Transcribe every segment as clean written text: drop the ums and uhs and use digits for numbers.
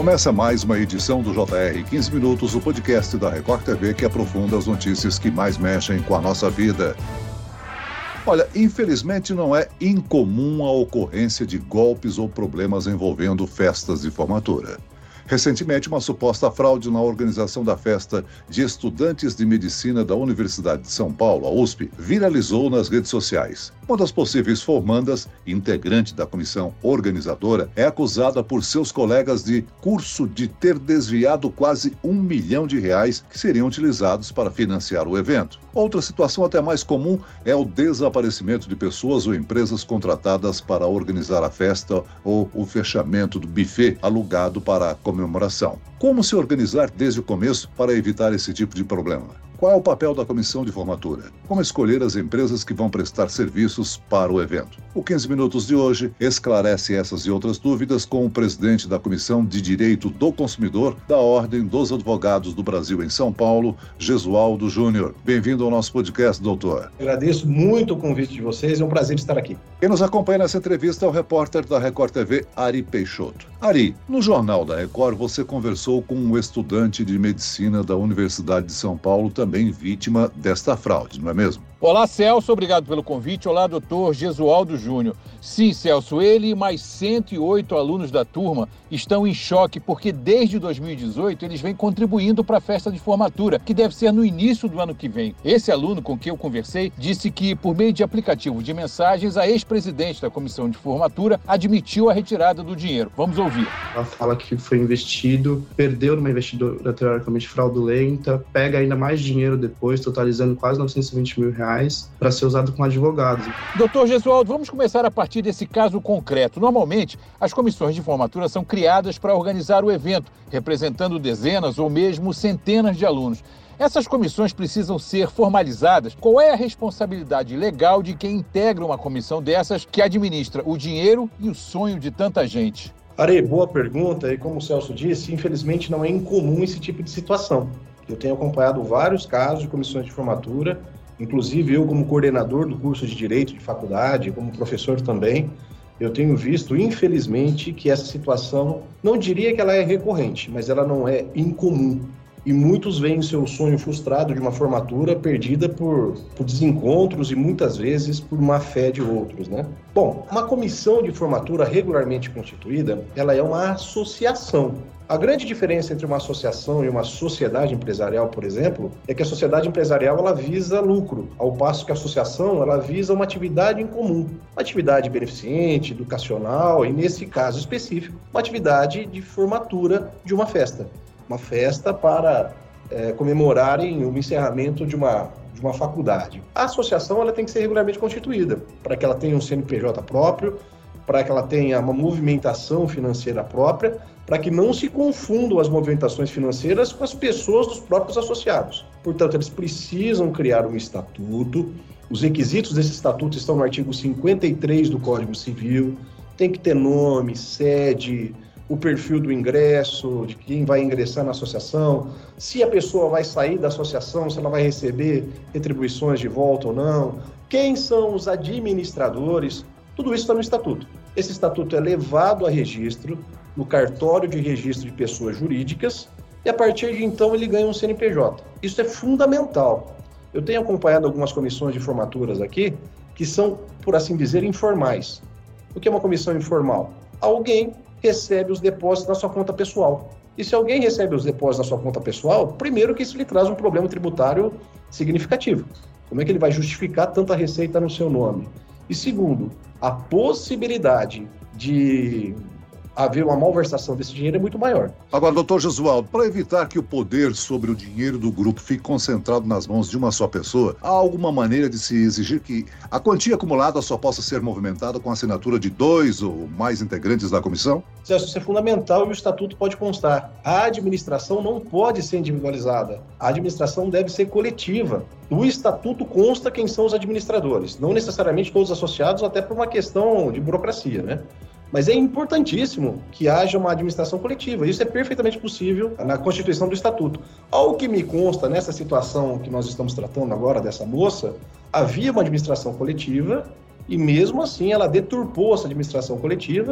Começa mais uma edição do JR 15 Minutos, o podcast da Record TV que aprofunda as notícias que mais mexem com a nossa vida. Olha, infelizmente não é incomum a ocorrência de golpes ou problemas envolvendo festas de formatura. Recentemente, uma suposta fraude na organização da festa de estudantes de medicina da Universidade de São Paulo, a USP, viralizou nas redes sociais. Uma das possíveis formandas, integrante da comissão organizadora, é acusada por seus colegas de curso de ter desviado quase R$1 milhão que seriam utilizados para financiar o evento. Outra situação até mais comum é o desaparecimento de pessoas ou empresas contratadas para organizar a festa ou o fechamento do buffet alugado para a comemoração. Como se organizar desde o começo para evitar esse tipo de problema? Qual é o papel da comissão de formatura? Como escolher as empresas que vão prestar serviços para o evento? O 15 Minutos de hoje esclarece essas e outras dúvidas com o presidente da Comissão de Direito do Consumidor da Ordem dos Advogados do Brasil em São Paulo, Gesualdo Júnior. Bem-vindo ao nosso podcast, doutor. Agradeço muito o convite de vocês, é um prazer estar aqui. Quem nos acompanha nessa entrevista é o repórter da Record TV, Ari Peixoto. Ari, no Jornal da Record você conversou com um estudante de medicina da Universidade de São Paulo, também vítima desta fraude, não é mesmo? Olá, Celso, obrigado pelo convite. Olá, doutor Gesualdo Júnior. Sim, Celso, ele e mais 108 alunos da turma estão em choque porque desde 2018 eles vêm contribuindo para a festa de formatura, que deve ser no início do ano que vem. Esse aluno com quem eu conversei disse que, por meio de aplicativo de mensagens, a ex-presidente da comissão de formatura admitiu a retirada do dinheiro. Vamos ouvir. Ela fala que foi investido, perdeu numa investidora teoricamente fraudulenta, pega ainda mais dinheiro depois, totalizando quase R$920 mil, para ser usado com advogados. Doutor Gesualdo, vamos começar a partir desse caso concreto. Normalmente, as comissões de formatura são criadas para organizar o evento, representando dezenas ou mesmo centenas de alunos. Essas comissões precisam ser formalizadas. Qual é a responsabilidade legal de quem integra uma comissão dessas que administra o dinheiro e o sonho de tanta gente? Ari, boa pergunta. E como o Celso disse, infelizmente não é incomum esse tipo de situação. Eu tenho acompanhado vários casos de comissões de formatura. Inclusive, eu como coordenador do curso de Direito de faculdade, como professor também, eu tenho visto, infelizmente, que essa situação, não diria que ela é recorrente, mas ela não é incomum. E muitos veem seu sonho frustrado de uma formatura perdida por desencontros e muitas vezes por má fé de outros, né? Bom, uma comissão de formatura regularmente constituída, ela é uma associação. A grande diferença entre uma associação e uma sociedade empresarial, por exemplo, é que a sociedade empresarial ela visa lucro, ao passo que a associação ela visa uma atividade em comum, uma atividade beneficente, educacional e, nesse caso específico, uma atividade de formatura de uma festa para comemorarem o encerramento de uma faculdade. A associação ela tem que ser regularmente constituída, para que ela tenha um CNPJ próprio, para que ela tenha uma movimentação financeira própria, para que não se confundam as movimentações financeiras com as pessoas dos próprios associados. Portanto, eles precisam criar um estatuto, os requisitos desse estatuto estão no artigo 53 do Código Civil, tem que ter nome, sede, o perfil do ingresso, de quem vai ingressar na associação, se a pessoa vai sair da associação, se ela vai receber retribuições de volta ou não, quem são os administradores, tudo isso está no estatuto. Esse estatuto é levado a registro no cartório de registro de pessoas jurídicas e a partir de então ele ganha um CNPJ. Isso é fundamental. Eu tenho acompanhado algumas comissões de formaturas aqui que são, por assim dizer, informais. O que é uma comissão informal? Alguém recebe os depósitos na sua conta pessoal. E se alguém recebe os depósitos na sua conta pessoal, primeiro que isso lhe traz um problema tributário significativo. Como é que ele vai justificar tanta receita no seu nome? E segundo, a possibilidade de haver uma malversação desse dinheiro é muito maior. Agora, doutor Gesualdo, para evitar que o poder sobre o dinheiro do grupo fique concentrado nas mãos de uma só pessoa, há alguma maneira de se exigir que a quantia acumulada só possa ser movimentada com a assinatura de 2 ou mais integrantes da comissão? Isso é fundamental e o estatuto pode constar. A administração não pode ser individualizada. A administração deve ser coletiva. No estatuto consta quem são os administradores, não necessariamente todos associados, até por uma questão de burocracia, né? Mas é importantíssimo que haja uma administração coletiva. Isso é perfeitamente possível na Constituição do Estatuto. Ao que me consta, nessa situação que nós estamos tratando agora dessa moça, havia uma administração coletiva e mesmo assim ela deturpou essa administração coletiva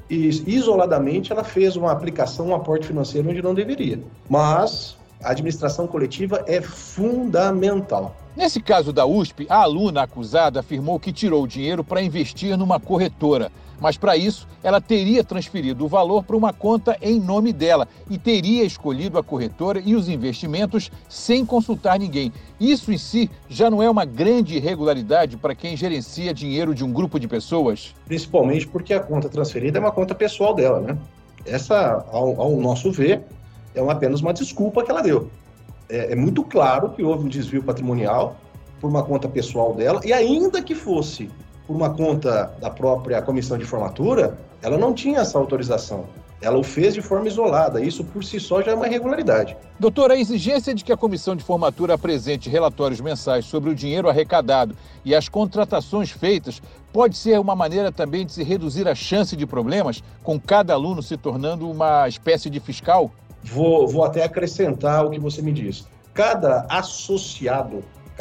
e isoladamente ela fez uma aplicação, um aporte financeiro onde não deveria. Mas a administração coletiva é fundamental. Nesse caso da USP, a aluna acusada afirmou que tirou o dinheiro para investir numa corretora. Mas, para isso, ela teria transferido o valor para uma conta em nome dela e teria escolhido a corretora e os investimentos sem consultar ninguém. Isso em si já não é uma grande irregularidade para quem gerencia dinheiro de um grupo de pessoas? Principalmente porque a conta transferida é uma conta pessoal dela, né? Essa, ao nosso ver, é apenas uma desculpa que ela deu. É muito claro que houve um desvio patrimonial por uma conta pessoal dela, e ainda que fosse por uma conta da própria comissão de formatura, ela não tinha essa autorização. Ela o fez de forma isolada. Isso, por si só, já é uma irregularidade. Doutor, a exigência de que a comissão de formatura apresente relatórios mensais sobre o dinheiro arrecadado e as contratações feitas pode ser uma maneira também de se reduzir a chance de problemas, com cada aluno se tornando uma espécie de fiscal? Vou até acrescentar o que você me disse. Cada associado,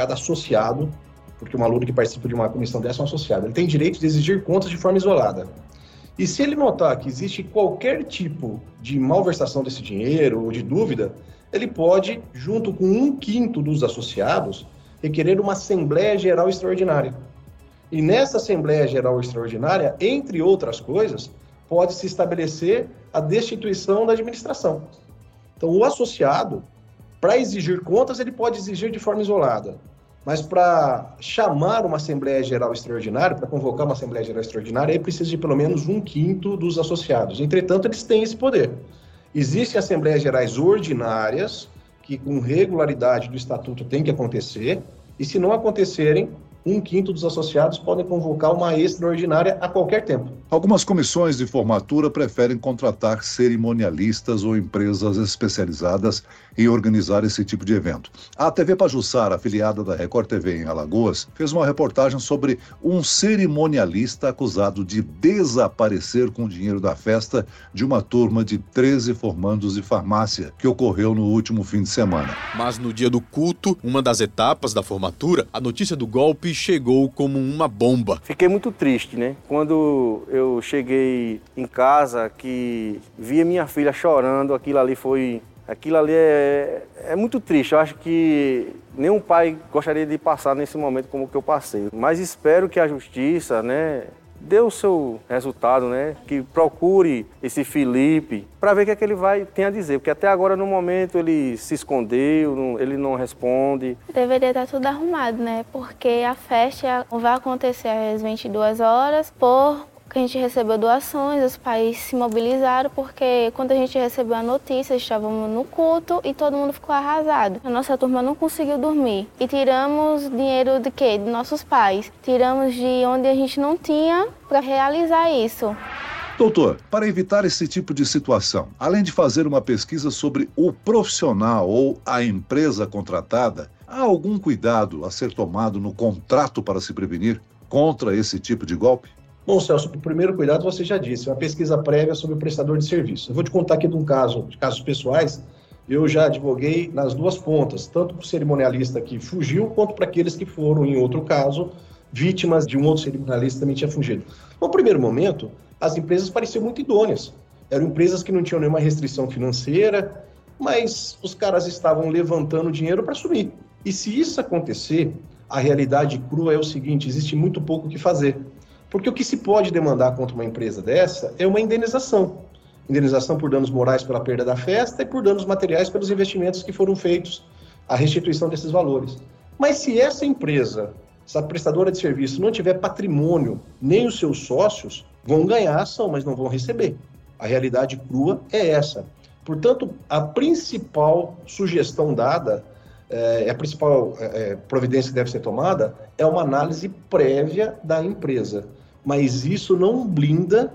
porque um aluno que participa de uma comissão dessa é um associado, ele tem direito de exigir contas de forma isolada. E se ele notar que existe qualquer tipo de malversação desse dinheiro ou de dúvida, ele pode, junto com 1/5 dos associados, requerer uma Assembleia Geral Extraordinária. E nessa Assembleia Geral Extraordinária, entre outras coisas, pode-se estabelecer a destituição da administração. Então, o associado, para exigir contas, ele pode exigir de forma isolada. Mas para chamar uma Assembleia Geral Extraordinária, para convocar uma Assembleia Geral Extraordinária, aí precisa de pelo menos 1/5 dos associados. Entretanto, eles têm esse poder. Existem Assembleias Gerais Ordinárias, que com regularidade do Estatuto tem que acontecer, e se não acontecerem, 1/5 dos associados podem convocar uma extraordinária a qualquer tempo. Algumas comissões de formatura preferem contratar cerimonialistas ou empresas especializadas em organizar esse tipo de evento. A TV Pajuçara, afiliada da Record TV em Alagoas, fez uma reportagem sobre um cerimonialista acusado de desaparecer com o dinheiro da festa de uma turma de 13 formandos de farmácia, que ocorreu no último fim de semana. Mas no dia do culto, uma das etapas da formatura, a notícia do golpe chegou como uma bomba. Fiquei muito triste, né? Quando eu cheguei em casa, que via minha filha chorando, aquilo ali é muito triste. Eu acho que nenhum pai gostaria de passar nesse momento como que eu passei. Mas espero que a justiça, né, dê o seu resultado, né? Que procure esse Felipe para ver o que é que ele tem a dizer. Porque até agora, no momento, ele se escondeu, ele não responde. Deveria estar tudo arrumado, né? Porque a festa vai acontecer às 22 horas, porque a gente recebeu doações, os pais se mobilizaram, porque quando a gente recebeu a notícia, estávamos no culto e todo mundo ficou arrasado. A nossa turma não conseguiu dormir. E tiramos dinheiro de quê? De nossos pais. Tiramos de onde a gente não tinha para realizar isso. Doutor, para evitar esse tipo de situação, além de fazer uma pesquisa sobre o profissional ou a empresa contratada, há algum cuidado a ser tomado no contrato para se prevenir contra esse tipo de golpe? Bom, Celso, o primeiro cuidado você já disse, uma pesquisa prévia sobre o prestador de serviço. Eu vou te contar aqui de casos pessoais. Eu já advoguei nas duas pontas, tanto para o cerimonialista que fugiu, quanto para aqueles que foram, em outro caso, vítimas de um outro cerimonialista que também tinha fugido. No primeiro momento, as empresas pareciam muito idôneas. Eram empresas que não tinham nenhuma restrição financeira, mas os caras estavam levantando dinheiro para sumir. E se isso acontecer, a realidade crua é o seguinte, existe muito pouco o que fazer. Porque o que se pode demandar contra uma empresa dessa é uma indenização. Indenização por danos morais pela perda da festa e por danos materiais pelos investimentos que foram feitos, a restituição desses valores. Mas se essa empresa, essa prestadora de serviço, não tiver patrimônio, nem os seus sócios, vão ganhar a ação, mas não vão receber. A realidade crua é essa. Portanto, a principal sugestão dada, a principal providência que deve ser tomada, é uma análise prévia da empresa. Mas isso não blinda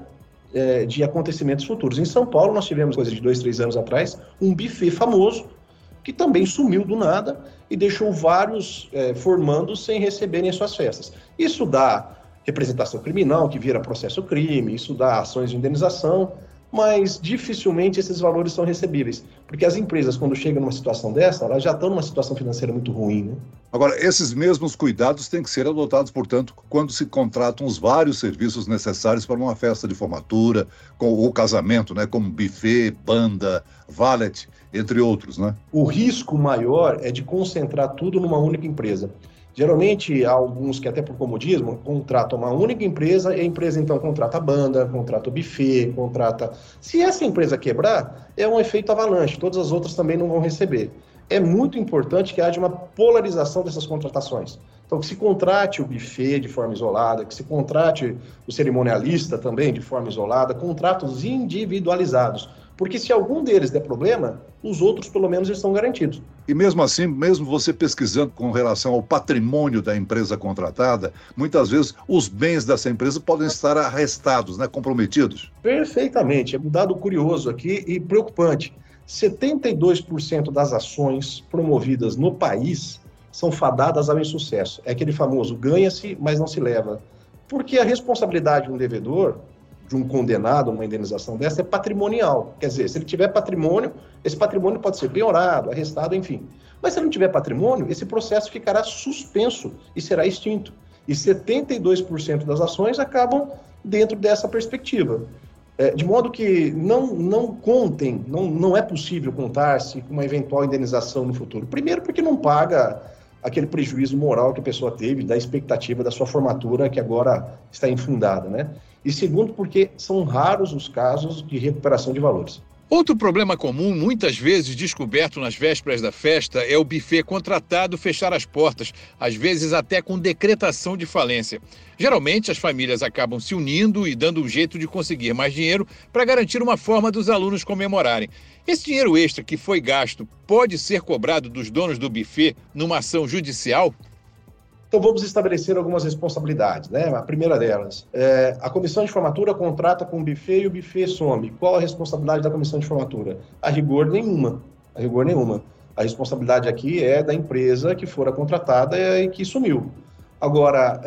de acontecimentos futuros. Em São Paulo, nós tivemos, coisa de 2, 3 anos atrás, um buffet famoso, que também sumiu do nada e deixou vários formandos sem receberem suas festas. Isso dá representação criminal, que vira processo crime, isso dá ações de indenização, mas dificilmente esses valores são recebíveis, porque as empresas, quando chegam numa situação dessa, elas já estão numa situação financeira muito ruim, né? Agora, esses mesmos cuidados têm que ser adotados, portanto, quando se contratam os vários serviços necessários para uma festa de formatura, ou casamento, né, como buffet, banda, valet, entre outros, né? O risco maior é de concentrar tudo numa única empresa. Geralmente, há alguns que até por comodismo contratam uma única empresa e a empresa então contrata a banda, contrata o buffet, contrata... Se essa empresa quebrar, é um efeito avalanche, todas as outras também não vão receber. É muito importante que haja uma polarização dessas contratações. Então, que se contrate o buffet de forma isolada, que se contrate o cerimonialista também de forma isolada, contratos individualizados. Porque se algum deles der problema, os outros pelo menos estão garantidos. E mesmo assim, mesmo você pesquisando com relação ao patrimônio da empresa contratada, muitas vezes os bens dessa empresa podem estar arrestados, né, comprometidos. Perfeitamente. É um dado curioso aqui e preocupante. 72% das ações promovidas no país são fadadas ao insucesso. É aquele famoso ganha-se, mas não se leva. Porque a responsabilidade de um devedor, de um condenado, uma indenização dessa, é patrimonial. Quer dizer, se ele tiver patrimônio, esse patrimônio pode ser penhorado, arrestado, enfim. Mas se ele não tiver patrimônio, esse processo ficará suspenso e será extinto. E 72% das ações acabam dentro dessa perspectiva. De modo que não contem, não é possível contar-se com uma eventual indenização no futuro. Primeiro porque não paga aquele prejuízo moral que a pessoa teve da expectativa da sua formatura, que agora está infundada, né? E segundo, porque são raros os casos de recuperação de valores. Outro problema comum, muitas vezes descoberto nas vésperas da festa, é o buffet contratado fechar as portas, às vezes até com decretação de falência. Geralmente, as famílias acabam se unindo e dando um jeito de conseguir mais dinheiro para garantir uma forma dos alunos comemorarem. Esse dinheiro extra que foi gasto pode ser cobrado dos donos do buffet numa ação judicial? Então, vamos estabelecer algumas responsabilidades, né? A primeira delas, a comissão de formatura contrata com o buffet e o buffet some. Qual a responsabilidade da comissão de formatura? A rigor nenhuma. A responsabilidade aqui é da empresa que fora contratada e que sumiu. Agora,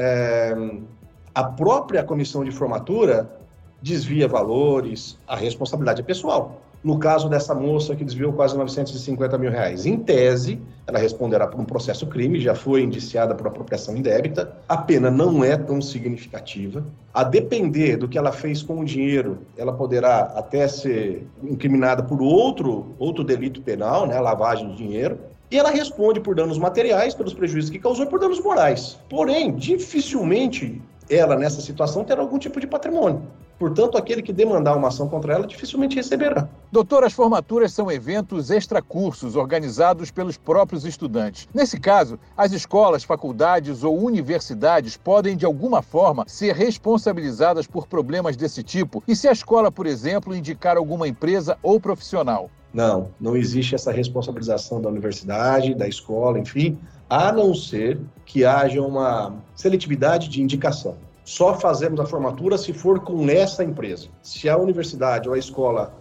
a própria comissão de formatura desvia valores, a responsabilidade é pessoal. No caso dessa moça que desviou quase R$950 mil, em tese, ela responderá por um processo crime, já foi indiciada por apropriação indébita, a pena não é tão significativa. A depender do que ela fez com o dinheiro, ela poderá até ser incriminada por outro delito penal, né, lavagem de dinheiro, e ela responde por danos materiais, pelos prejuízos que causou e por danos morais. Porém, dificilmente ela, nessa situação, terá algum tipo de patrimônio. Portanto, aquele que demandar uma ação contra ela dificilmente receberá. Doutor, as formaturas são eventos extracursos organizados pelos próprios estudantes. Nesse caso, as escolas, faculdades ou universidades podem, de alguma forma, ser responsabilizadas por problemas desse tipo? E se a escola, por exemplo, indicar alguma empresa ou profissional? Não existe essa responsabilização da universidade, da escola, enfim, a não ser que haja uma seletividade de indicação. Só fazemos a formatura se for com essa empresa. Se a universidade ou a escola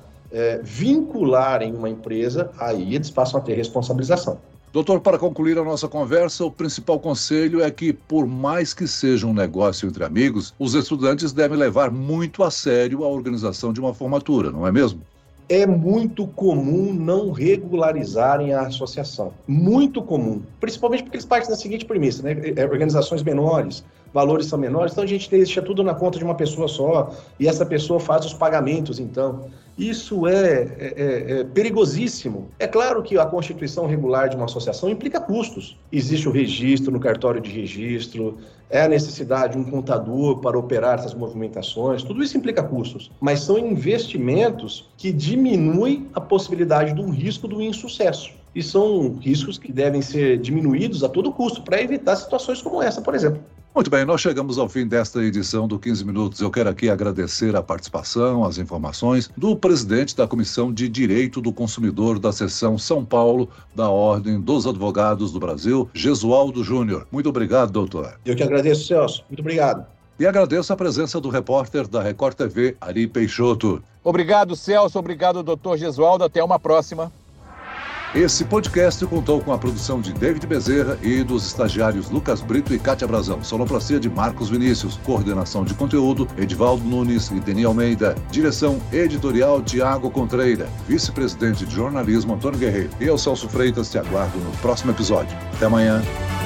vincularem uma empresa, aí eles passam a ter responsabilização. Doutor, para concluir a nossa conversa, o principal conselho é que, por mais que seja um negócio entre amigos, os estudantes devem levar muito a sério a organização de uma formatura, não é mesmo? É muito comum não regularizarem a associação. Muito comum. Principalmente porque eles partem da seguinte premissa, né? Organizações menores, valores são menores, então a gente deixa tudo na conta de uma pessoa só e essa pessoa faz os pagamentos, então. Isso é perigosíssimo. É claro que a constituição regular de uma associação implica custos. Existe o registro no cartório de registro, é a necessidade de um contador para operar essas movimentações, tudo isso implica custos. Mas são investimentos que diminuem a possibilidade de um risco do insucesso. E são riscos que devem ser diminuídos a todo custo para evitar situações como essa, por exemplo. Muito bem, nós chegamos ao fim desta edição do 15 Minutos. Eu quero aqui agradecer a participação, as informações do presidente da Comissão de Direito do Consumidor da Seção São Paulo da Ordem dos Advogados do Brasil, Gesualdo Júnior. Muito obrigado, doutor. Eu que agradeço, Celso. Muito obrigado. E agradeço a presença do repórter da Record TV, Ari Peixoto. Obrigado, Celso. Obrigado, doutor Gesualdo. Até uma próxima. Esse podcast contou com a produção de David Bezerra e dos estagiários Lucas Brito e Kátia Brazão. Sonoplastia de Marcos Vinícius. Coordenação de conteúdo, Edivaldo Nunes e Deni Almeida. Direção editorial, Tiago Contreira. Vice-presidente de jornalismo, Antônio Guerreiro. E eu, Celso Freitas, te aguardo no próximo episódio. Até amanhã.